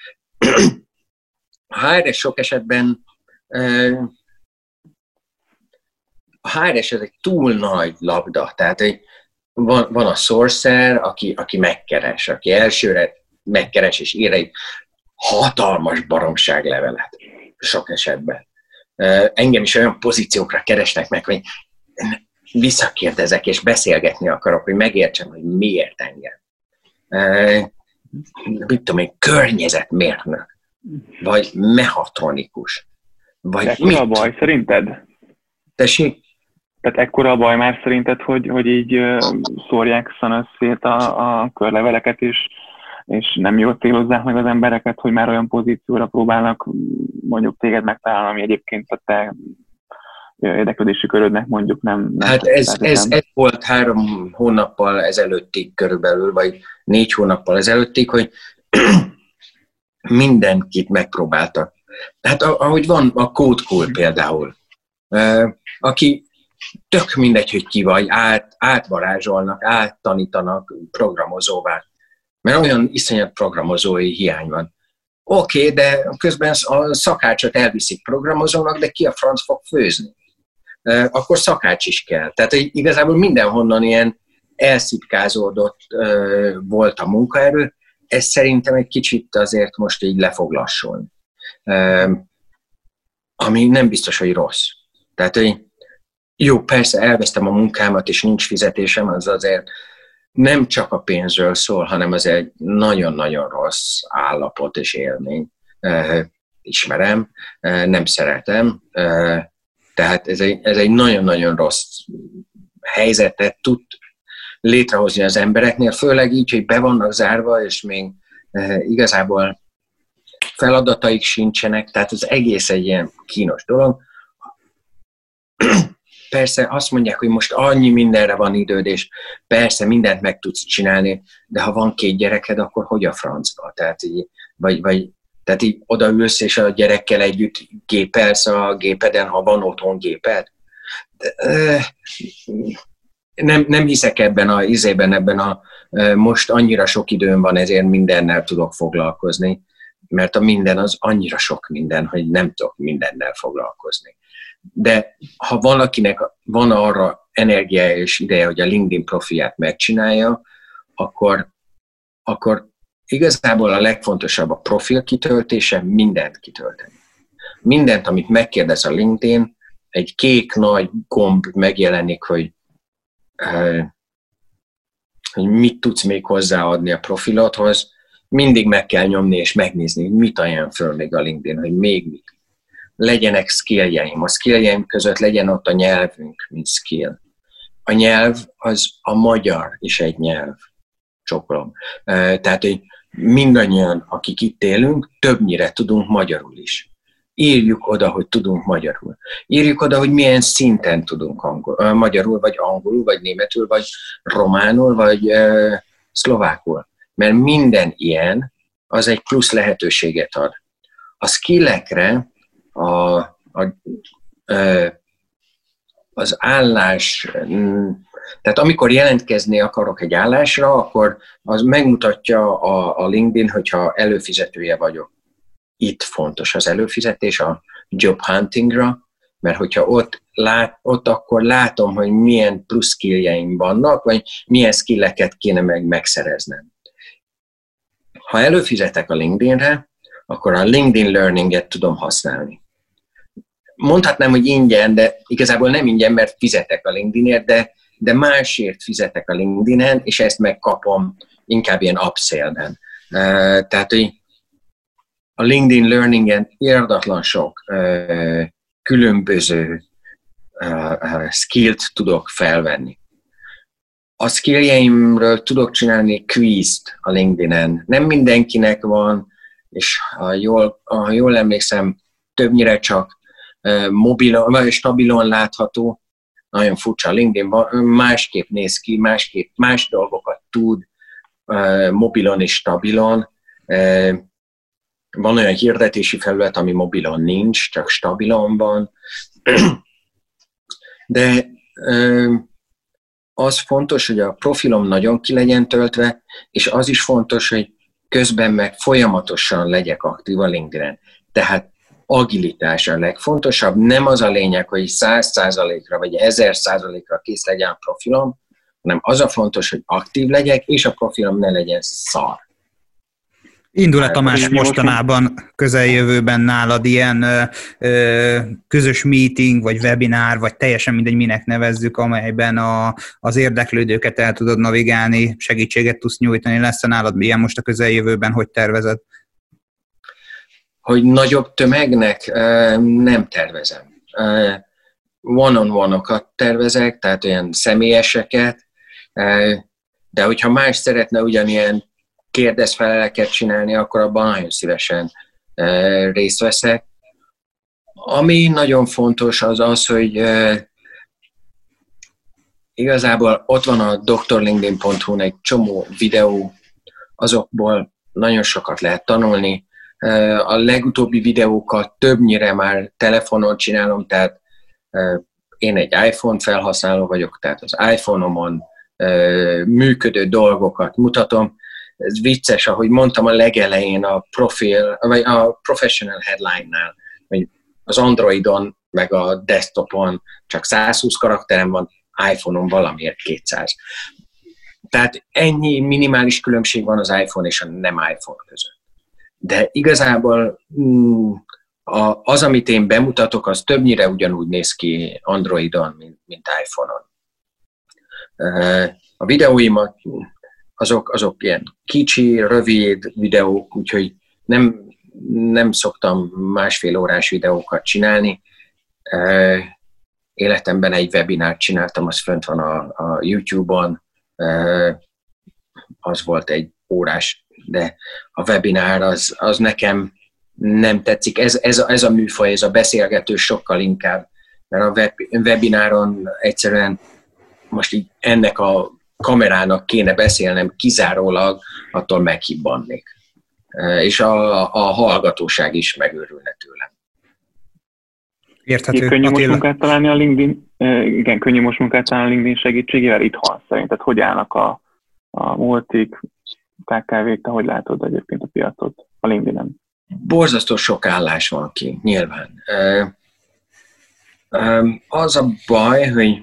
A HR-es sok esetben a HR-es ez egy túl nagy labda. Tehát van a sourcer, aki megkeres, aki elsőre megkeres és ír egy hatalmas baromságlevelet sok esetben. Engem is olyan pozíciókra keresnek meg, hogy visszakérdezek és beszélgetni akarok, hogy megértsem, hogy miért engem. Mit tudom én, környezetmérnök, vagy mechatronikus. Vagy ekkora a baj szerinted? Tessék? Tehát ekkora a baj már szerinted, hogy így szórják szét a körleveleket, és nem jól célozzák meg az embereket, hogy már olyan pozícióra próbálnak mondjuk téged megtalálni, ami egyébként a te érdeklődési körödnek mondjuk nem... Hát ez volt 3 hónappal ezelőttig körülbelül, vagy 4 hónappal ezelőttig, hogy mindenkit megpróbáltak. Hát ahogy van a Code Cool például, aki tök mindegy, hogy ki vagy, átvarázsolnak, áttanítanak programozóvá. Mert olyan iszonyat programozói hiány van. Oké, de közben a szakácsot elviszik programozónak, de ki a franc fog főzni? Akkor szakács is kell. Tehát igazából mindenhonnan ilyen elszitkázódott volt a munkaerő, ez szerintem egy kicsit azért most így le fog lassulni. Ami nem biztos, hogy rossz. Tehát, hogy jó, persze elvesztem a munkámat, és nincs fizetésem, az azért nem csak a pénzről szól, hanem az egy nagyon-nagyon rossz állapot és élmény. Ismerem, nem szeretem, tehát ez egy nagyon-nagyon rossz helyzetet tud létrehozni az embereknél, főleg így, hogy be vannak zárva, és még igazából feladataik sincsenek, tehát az egész egy ilyen kínos dolog. Persze azt mondják, hogy most annyi mindenre van időd, és persze mindent meg tudsz csinálni, de ha van 2 gyereked, akkor hogy a francba? Tehát így odaülsz, és a gyerekkel együtt gépelsz a gépeden, ha van otthon géped? Nem hiszek ebben most annyira sok időm van, ezért mindennel tudok foglalkozni, mert a minden az annyira sok minden, hogy nem tudok mindennel foglalkozni. De ha valakinek van arra energiája és ideje, hogy a LinkedIn profilját megcsinálja, akkor igazából a legfontosabb a profil kitöltése, mindent kitölteni. Mindent, amit megkérdez a LinkedIn, egy kék nagy gomb megjelenik, hogy mit tudsz még hozzáadni a profilodhoz, mindig meg kell nyomni és megnézni, mit ajánl föl még a LinkedIn, hogy még mit. Legyenek skilljeim. A skilljeim között legyen ott a nyelvünk, mint skill. A nyelv az a magyar is egy nyelv. Csokolom. Tehát, hogy mindannyian, akik itt élünk, többnyire tudunk magyarul is. Írjuk oda, hogy tudunk magyarul. Írjuk oda, hogy milyen szinten tudunk magyarul, vagy angolul, vagy németül, vagy románul, vagy szlovákul. Mert minden ilyen, az egy plusz lehetőséget ad. A skillekre, az állás, tehát amikor jelentkezni akarok egy állásra, akkor az megmutatja a LinkedIn, hogyha előfizetője vagyok. Itt fontos az előfizetés a job huntingra, mert hogyha ott akkor látom, hogy milyen plusz skilljeim vannak, vagy milyen skilleket kéne megszereznem. Ha előfizetek a LinkedInre, akkor a LinkedIn Learning-et tudom használni. Mondhatnám, hogy ingyen, de igazából nem ingyen, mert fizetek a LinkedInért, de másért fizetek a LinkedInen, és ezt megkapom inkább ilyen upsell-ben. Tehát, hogy a LinkedIn Learning-en irdatlan sok különböző skillt tudok felvenni. A skilljeimről tudok csinálni quizt a LinkedInen. Nem mindenkinek van, és ha jól emlékszem, többnyire csak mobilon, vagy stabilon látható. Nagyon furcsa, a LinkedIn másképp néz ki, más dolgokat tud, mobilon és stabilon. Van olyan hirdetési felület, ami mobilon nincs, csak stabilon van. De az fontos, hogy a profilom nagyon ki legyen töltve, és az is fontos, hogy közben meg folyamatosan legyek aktív a LinkedIn-en. Tehát agilitás a legfontosabb. Nem az a lényeg, hogy 100%-ra vagy 1000%-ra kész legyen a profilom, hanem az a fontos, hogy aktív legyek, és a profilom ne legyen szar. Indul-e, Tamás, mostanában, közeljövőben nálad ilyen közös meeting, vagy webinár, vagy teljesen mindegy, minek nevezzük, amelyben az érdeklődőket el tudod navigálni, segítséget tudsz nyújtani? Lesz-e nálad ilyen most a közeljövőben, hogy tervezed? Hogy nagyobb tömegnek nem tervezem. One-on-one-okat tervezek, tehát olyan személyeseket, de hogyha más szeretne ugyanilyen kérdezfeleleket csinálni, akkor abban nagyon szívesen részt veszek. Ami nagyon fontos az az, hogy igazából ott van a drlinkedin.hu-n egy csomó videó, azokból nagyon sokat lehet tanulni. A legutóbbi videókat többnyire már telefonon csinálom, tehát én egy iPhone felhasználó vagyok, tehát az iPhone-omon működő dolgokat mutatom. Ez vicces, ahogy mondtam a legelején a professional headline-nál, hogy az Androidon meg a desktopon csak 120 karakterem van, iPhone-on valamiért 200. Tehát ennyi minimális különbség van az iPhone és a nem iPhone között. De igazából az, amit én bemutatok, az többnyire ugyanúgy néz ki Androidon, mint iPhone-on. A videóimat azok ilyen kicsi, rövid videók, úgyhogy nem szoktam másfél órás videókat csinálni. Életemben egy webinárt csináltam, az fönt van a YouTube-on, az volt egy órás, de a webinár az nekem nem tetszik. Ez a műfaj, ez a beszélgető sokkal inkább, mert a webináron egyszerűen most így ennek a kamerának kéne beszélnem kizárólag, attól meghibbannék. És a hallgatóság is megőrülne tőlem. Érthető. Könnyű most munkát találni a LinkedIn? Igen, könnyű most munkát találni a LinkedIn segítségével itthon szerinted? Hogy állnak a multik, KKV-k, te hogy látod egyébként a piacot a LinkedIn-en? Borzasztó sok állás van ki, nyilván. Az a baj, hogy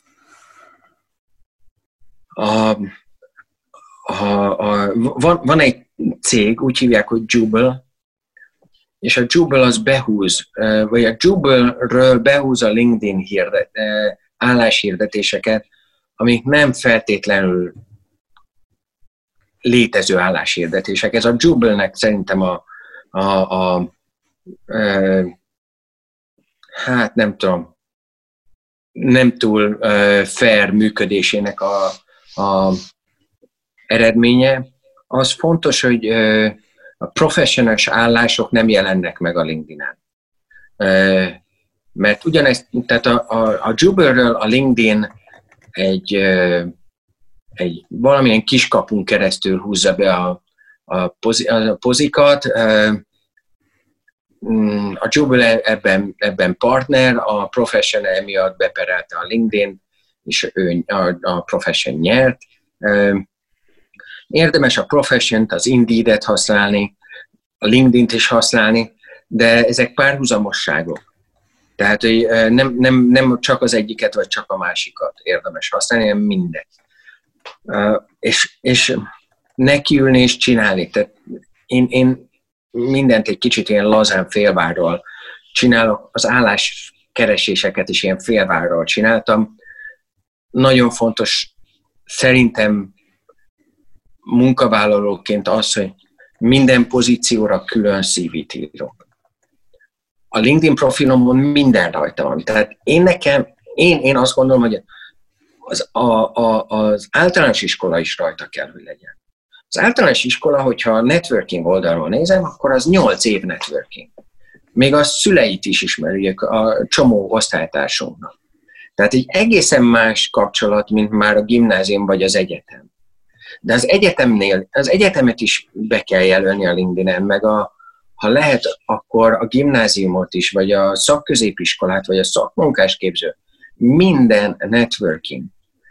van egy cég, úgy hívják, hogy Jubel, és a Jubel az behúz, vagy a Jubelről behúz a LinkedIn álláshirdetéseket, amik nem feltétlenül létező álláshirdetések. Ez a Jubelnek szerintem hát nem tudom, nem túl fair működésének a eredménye. Az fontos, hogy a professionális állások nem jelennek meg a LinkedIn-en. Mert ugyanezt, tehát a Jubelről a LinkedIn egy valamilyen kiskapun keresztül húzza be a pozikat, A Jubile ebben partner, a Profession emiatt beperelte a LinkedIn, és ő a Profession nyert. Érdemes a Profession-t, az Indeed-et használni, a LinkedIn-t is használni, de ezek párhuzamosságok. Tehát nem csak az egyiket, vagy csak a másikat érdemes használni, hanem mindet. És nekiülni és csinálni. Tehát én mindent egy kicsit ilyen lazán félvárral csinálok, az álláskereséseket is ilyen félvárral csináltam. Nagyon fontos szerintem munkavállalóként az, hogy minden pozícióra külön CV-t írok. A LinkedIn profilomon minden rajta van. Tehát én azt gondolom, hogy az általános iskola is rajta kell, hogy legyen. Az általános iskola, hogyha a networking oldalról nézem, akkor az 8 év networking. Még a szüleit is ismerjük a csomó osztálytársunknak. Tehát egy egészen más kapcsolat, mint már a gimnázium vagy az egyetem. De az egyetemet is be kell jelölni a LinkedIn-en, meg ha lehet, akkor a gimnáziumot is, vagy a szakközépiskolát, vagy a szakmunkásképző. Minden networking.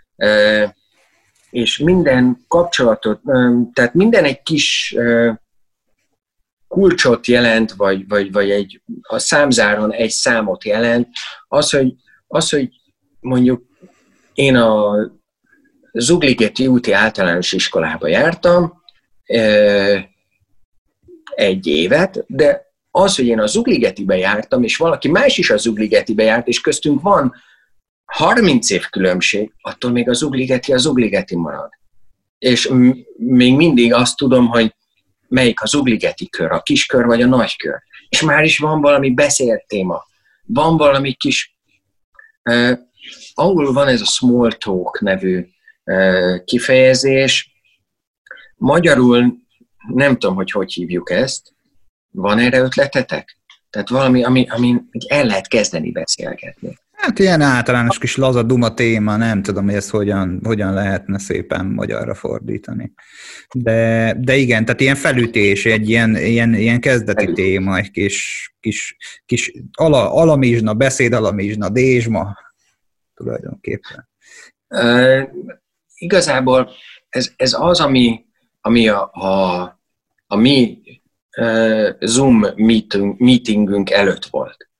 És minden kapcsolatot, tehát minden egy kis kulcsot jelent, vagy a számzáron egy számot jelent. Az, hogy mondjuk én a Zugligeti úti általános iskolába jártam 1 évet, de az, hogy én a Zugligetibe jártam, és valaki más is a Zugligetibe járt, és köztünk van 30 év különbség, attól még a Zugligeti marad. És még mindig azt tudom, hogy melyik a Zugligeti kör, a kiskör vagy a nagykör. És már is van valami beszélt téma. Van valami kis... angolul van ez a small talk nevű kifejezés. Magyarul nem tudom, hogy hívjuk ezt. Van erre ötletetek? Tehát valami, amin el lehet kezdeni beszélgetni. Hát ilyen általános kis laza duma téma, nem tudom, hogy ezt hogyan lehetne szépen magyarra fordítani. De igen, tehát ilyen felütés, egy ilyen kezdeti téma, egy kis alamizsna, beszédalamizsna, dézsma tulajdonképpen. Igazából ez az, ami a mi Zoom meetingünk előtt volt.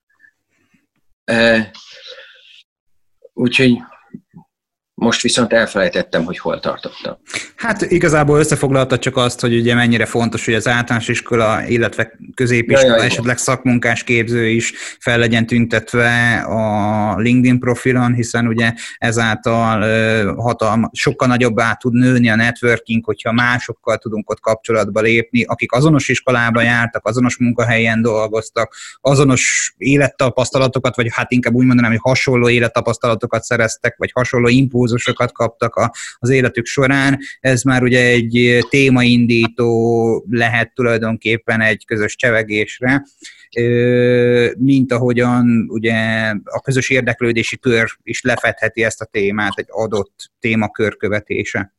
Úgyhogy most viszont elfelejtettem, hogy hol tartottam. Hát igazából összefoglalta csak azt, hogy ugye mennyire fontos, hogy az általános iskola, illetve középiskola, esetleg szakmunkás képző is fel legyen tüntetve a LinkedIn profilon, hiszen ugye ezáltal sokkal nagyobbá tud nőni a networking, hogyha másokkal tudunk ott kapcsolatba lépni, akik azonos iskolába jártak, azonos munkahelyen dolgoztak, azonos élettapasztalatokat, vagy hát inkább úgy mondanám, hogy hasonló élettapasztalatokat szereztek, vagy hasonló impulzusokat kaptak az életük során. Ez már ugye egy témaindító lehet tulajdonképpen egy közös csevegésre, mint ahogyan ugye a közös érdeklődési kör is lefedheti ezt a témát, egy adott témakör követése.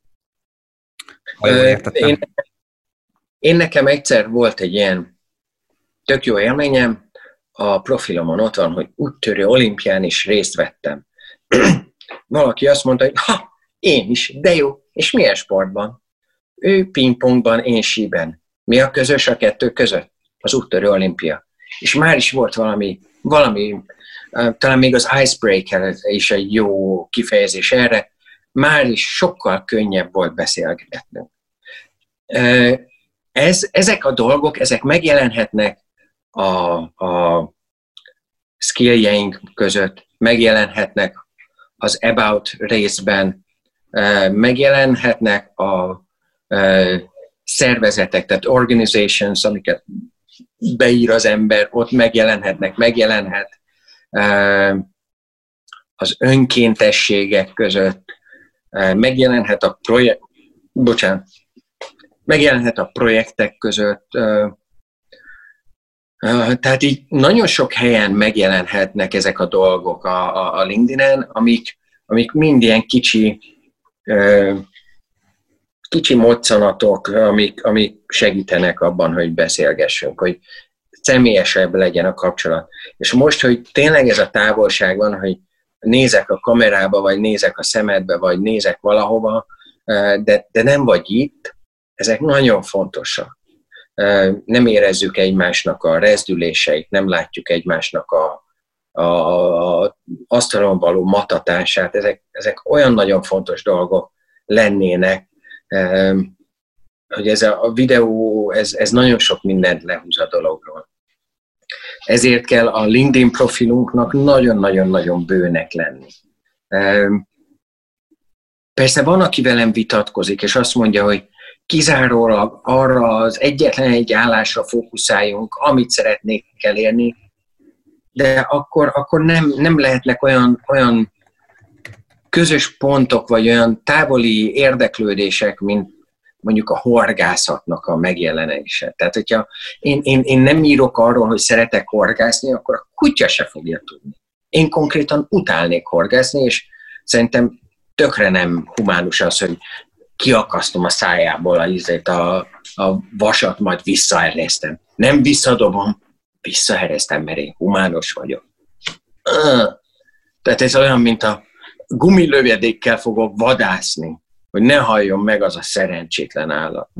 Én nekem egyszer volt egy ilyen tök jó élményem, a profilomon ott van, hogy úttörő olimpián is részt vettem. Valaki azt mondta, hogy én is, de jó, és milyen sportban? Ő pingpongban, én síben. Mi a közös a kettő között? Az úttörő olimpia. És már is volt valami talán még az icebreaker is egy jó kifejezés erre, már is sokkal könnyebb volt beszélgetnünk. Ezek a dolgok, ezek megjelenhetnek a skilljeink között, megjelenhetnek az about részben, megjelenhetnek a szervezetek, tehát organizations, amiket beír az ember, ott megjelenhet az önkéntességek között, megjelenhet a projektek között. Tehát így nagyon sok helyen megjelenhetnek ezek a dolgok a LinkedIn-en, amik mind ilyen kicsi moccanatok, amik segítenek abban, hogy beszélgessünk, hogy személyesebb legyen a kapcsolat. És most, hogy tényleg ez a távolság van, hogy nézek a kamerába, vagy nézek a szemedbe, vagy nézek valahova, de nem vagy itt, ezek nagyon fontosak. Nem érezzük egymásnak a rezdüléseit, nem látjuk egymásnak a asztalon való matatását. Ezek olyan nagyon fontos dolgok lennének, hogy ez a videó, ez nagyon sok mindent lehúz a dologról. Ezért kell a LinkedIn profilunknak nagyon-nagyon-nagyon bőnek lenni. Persze van, aki velem vitatkozik, és azt mondja, hogy kizárólag arra az egyetlen egy állásra fókuszáljunk, amit szeretnék elérni, de akkor nem lehetnek olyan közös pontok, vagy olyan távoli érdeklődések, mint mondjuk a horgászatnak a megjelenése. Tehát, hogyha én nem írok arról, hogy szeretek horgászni, akkor a kutya se fogja tudni. Én konkrétan utálnék horgászni, és szerintem tökre nem humánus az, hogy kiakasztom a szájából a vasat, majd visszaeresztem. Nem visszadobom, visszaeresztem, mert én humános vagyok. Tehát ez olyan, mint a gumilövedékkel fogok vadászni, hogy ne halljon meg az a szerencsétlen állat.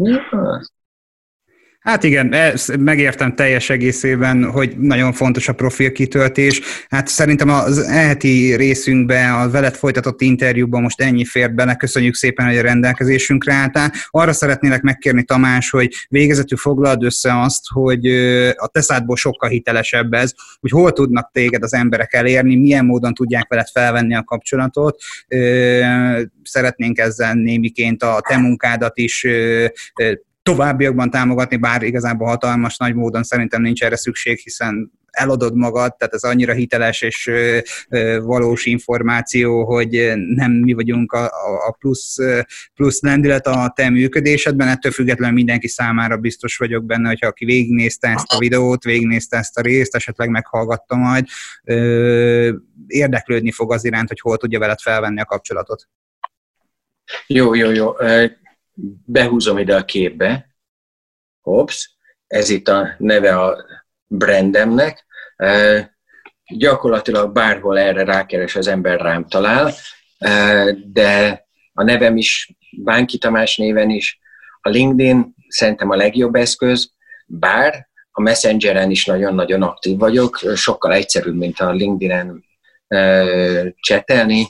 Hát igen, megértem teljes egészében, hogy nagyon fontos a profilkitöltés. Hát szerintem az elheti részünkben, a veled folytatott interjúban most ennyi fért bele. Köszönjük szépen, hogy a rendelkezésünkre álltál. Arra szeretnélek megkérni, Tamás, hogy végezetül foglald össze azt, hogy a te szádból sokkal hitelesebb ez, hogy hol tudnak téged az emberek elérni, milyen módon tudják veled felvenni a kapcsolatot. Szeretnénk ezzel némiként a te munkádat is továbbiakban támogatni, bár igazából hatalmas nagy módon szerintem nincs erre szükség, hiszen eladod magad, tehát ez annyira hiteles és valós információ, hogy nem mi vagyunk a plusz lendület a te működésedben, ettől függetlenül mindenki számára biztos vagyok benne, hogyha aki végignézte ezt a videót, végignézte ezt a részt, esetleg meghallgatta majd, érdeklődni fog az iránt, hogy hol tudja veled felvenni a kapcsolatot. Jó. Behúzom ide a képbe. Hopsz. Ez itt a neve a brandemnek. Gyakorlatilag bárhol erre rákeres, az ember rám talál, de a nevem is Bánki Tamás néven is. A LinkedIn szerintem a legjobb eszköz, bár a Messengeren is nagyon-nagyon aktív vagyok, sokkal egyszerűbb, mint a LinkedIn-en csetelni.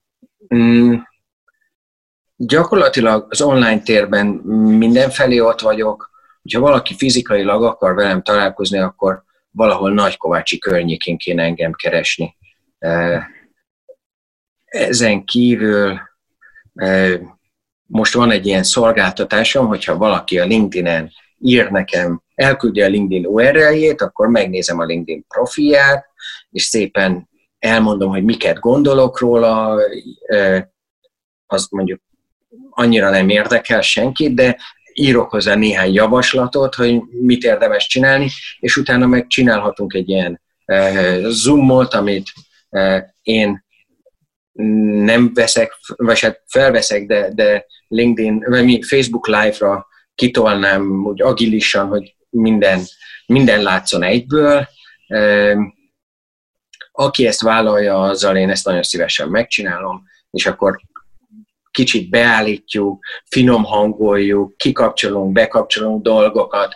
Gyakorlatilag az online térben mindenfelé ott vagyok. Ha valaki fizikailag akar velem találkozni, akkor valahol Nagykovácsi környékén kéne engem keresni. Ezen kívül most van egy ilyen szolgáltatásom, hogyha valaki a LinkedIn-en ír nekem, elküldi a LinkedIn URL-jét, akkor megnézem a LinkedIn profilját, és szépen elmondom, hogy miket gondolok róla, azt mondjuk annyira nem érdekel senkit, de írok hozzá néhány javaslatot, hogy mit érdemes csinálni, és utána meg csinálhatunk egy ilyen zoomot, amit én nem veszek, vagy hát felveszek, de LinkedIn, vagy Facebook Live-ra kitolnám úgy agilisan, hogy minden látszon egyből. Aki ezt vállalja, azzal én ezt nagyon szívesen megcsinálom, és akkor kicsit beállítjuk, finom hangoljuk, kikapcsolunk, bekapcsolunk dolgokat,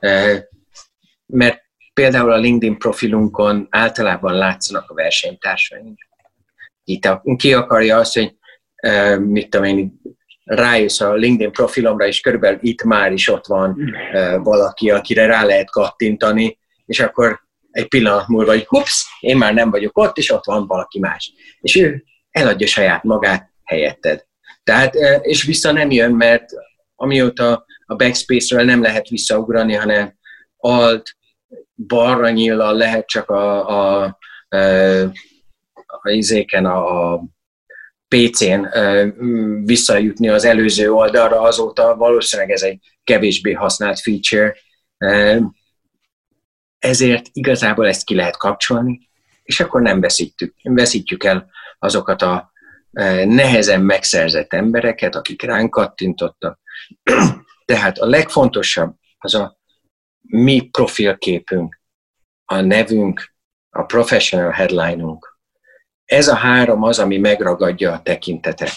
mert például a LinkedIn profilunkon általában látszanak a versenytársaink. Itt ki akarja azt, hogy mit tudom én, rájössz a LinkedIn profilomra, és körülbelül itt már is ott van valaki, akire rá lehet kattintani, és akkor egy pillanat múlva, hogy hups, én már nem vagyok ott, és ott van valaki más. És ő eladja saját magát helyetted. Tehát, és vissza nem jön, mert amióta a backspace-ről nem lehet visszaugrani, hanem alt, balra nyíllal lehet csak a PC-n visszajutni az előző oldalra, azóta valószínűleg ez egy kevésbé használt feature. Ezért igazából ezt ki lehet kapcsolni, és akkor nem veszítjük el azokat a nehezen megszerzett embereket, akik ránk kattintottak. Tehát a legfontosabb az a mi profilképünk. a nevünk, a professional headline-unk. Ez a három az, ami megragadja a tekintetet.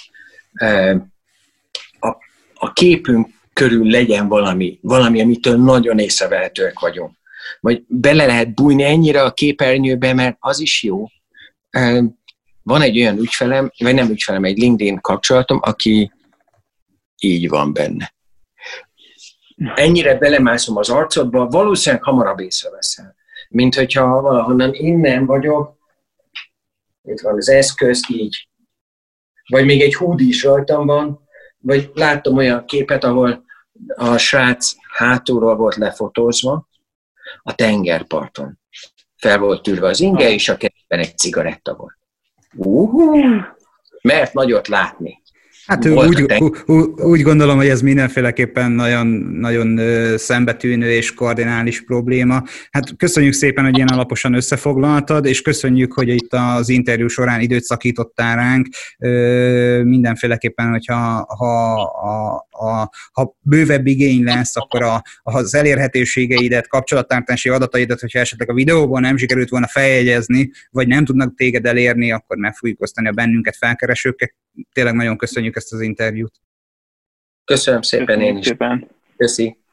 A képünk körül legyen valami, amitől nagyon észrevehetőek vagyunk. Vagy bele lehet bújni ennyire a képernyőbe, mert az is jó. Van egy olyan ügyfelem, vagy nem ügyfelem, egy LinkedIn kapcsolatom, aki így van benne. Ennyire belemászom az arcodba, valószínűleg hamarabb észreveszel. Mint hogyha valahonnan innen vagyok, itt van az eszköz, így. Vagy még egy hoodie is rajtam van, vagy láttam olyan képet, ahol a srác hátulról volt lefotózva a tengerparton. Fel volt ülve az inge, és a kezében egy cigaretta volt. Mert nagyot látni. Hát úgy gondolom, hogy ez mindenféleképpen nagyon, nagyon szembetűnő és kardinális probléma. Hát köszönjük szépen, hogy ilyen alaposan összefoglaltad, és köszönjük, hogy itt az interjú során időt szakítottál ránk. Mindenféleképpen, hogyha ha bővebb igény lesz, akkor az elérhetőségeidet, kapcsolattartási adataidat, hogyha esetleg a videóban nem sikerült volna feljegyezni, vagy nem tudnak téged elérni, akkor meg fogjuk osztani a bennünket felkeresőkkel. Tényleg nagyon köszönjük ezt az interjút. Köszönöm szépen én is. Szépen. Köszi.